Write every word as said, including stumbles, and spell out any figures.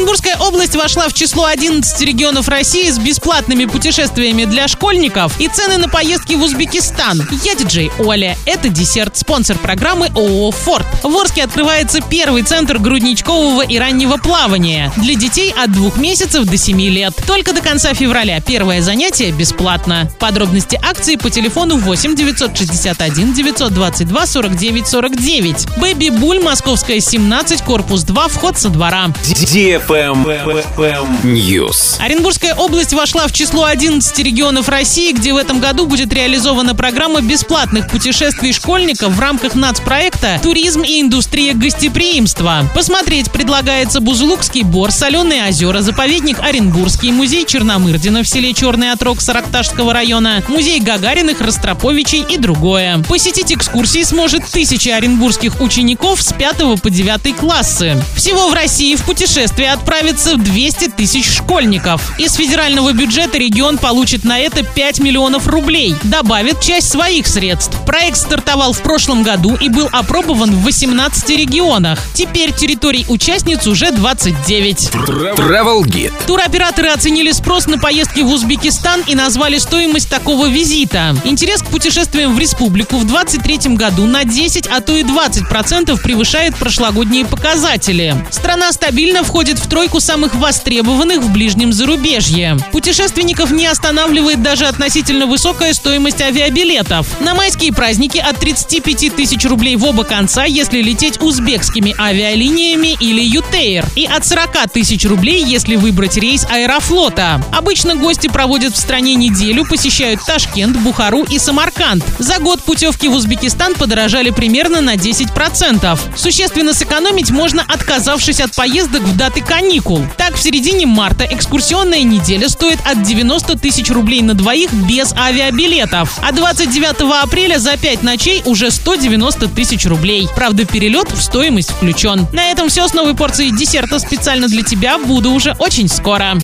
Оренбургская область вошла в число одиннадцати регионов России с бесплатными путешествиями для школьников и цены на поездки в Узбекистан. Я диджей Оля. Это десерт, спонсор программы ООО «Форд». В Орске открывается первый центр грудничкового и раннего плавания для детей от двух месяцев до семи лет. Только до конца февраля первое занятие бесплатно. Подробности акции по телефону восемь девятьсот шестьдесят один девятьсот двадцать два сорок девять сорок девять. Бэби Буль, Московская, семнадцать, корпус два, вход со двора. News. Оренбургская область вошла в число одиннадцати регионов России, где в этом году будет реализована программа бесплатных путешествий школьников в рамках нацпроекта «Туризм и индустрия гостеприимства». Посмотреть предлагается Бузулукский Бор, Соленые озера, заповедник Оренбургский, музей Черномырдина в селе Черный Отрог Саракташского района, музей Гагариных, Ростроповичей и другое. Посетить экскурсии сможет тысяча оренбургских учеников с пятого по девятый классы. Всего в России в путешествие отправится двести тысяч школьников. Из федерального бюджета регион получит на это пять миллионов рублей. Добавит часть своих средств. Проект стартовал в прошлом году и был опробован в восемнадцати регионах. Теперь территорий участниц уже двадцать девять. Travel Guide. Туроператоры оценили спрос на поездки в Узбекистан и назвали стоимость такого визита. Интерес к путешествиям в республику в двадцать третьем году на десять, а то и двадцать процентов превышает прошлогодние показатели. Страна стабильно входит в тройку самых востребованных в ближнем зарубежье. Путешественников не останавливает даже относительно высокая стоимость авиабилетов. На майские праздники от тридцати пяти тысяч рублей в оба конца, если лететь узбекскими авиалиниями или Ютейр, и от сорока тысяч рублей, если выбрать рейс Аэрофлота. Обычно гости проводят в стране неделю, посещают Ташкент, Бухару и Самарканд. За год путевки в Узбекистан подорожали примерно на десять процентов. Существенно сэкономить можно, отказавшись от поездок в даты каникул. Так, в середине марта экскурсионная неделя стоит от девяноста тысяч рублей на двоих без авиабилетов, а двадцать девятого апреля за пять ночей уже сто девяносто тысяч рублей. Правда, перелет в стоимость включен. На этом все с новой порцией десерта специально для тебя. Буду уже очень скоро.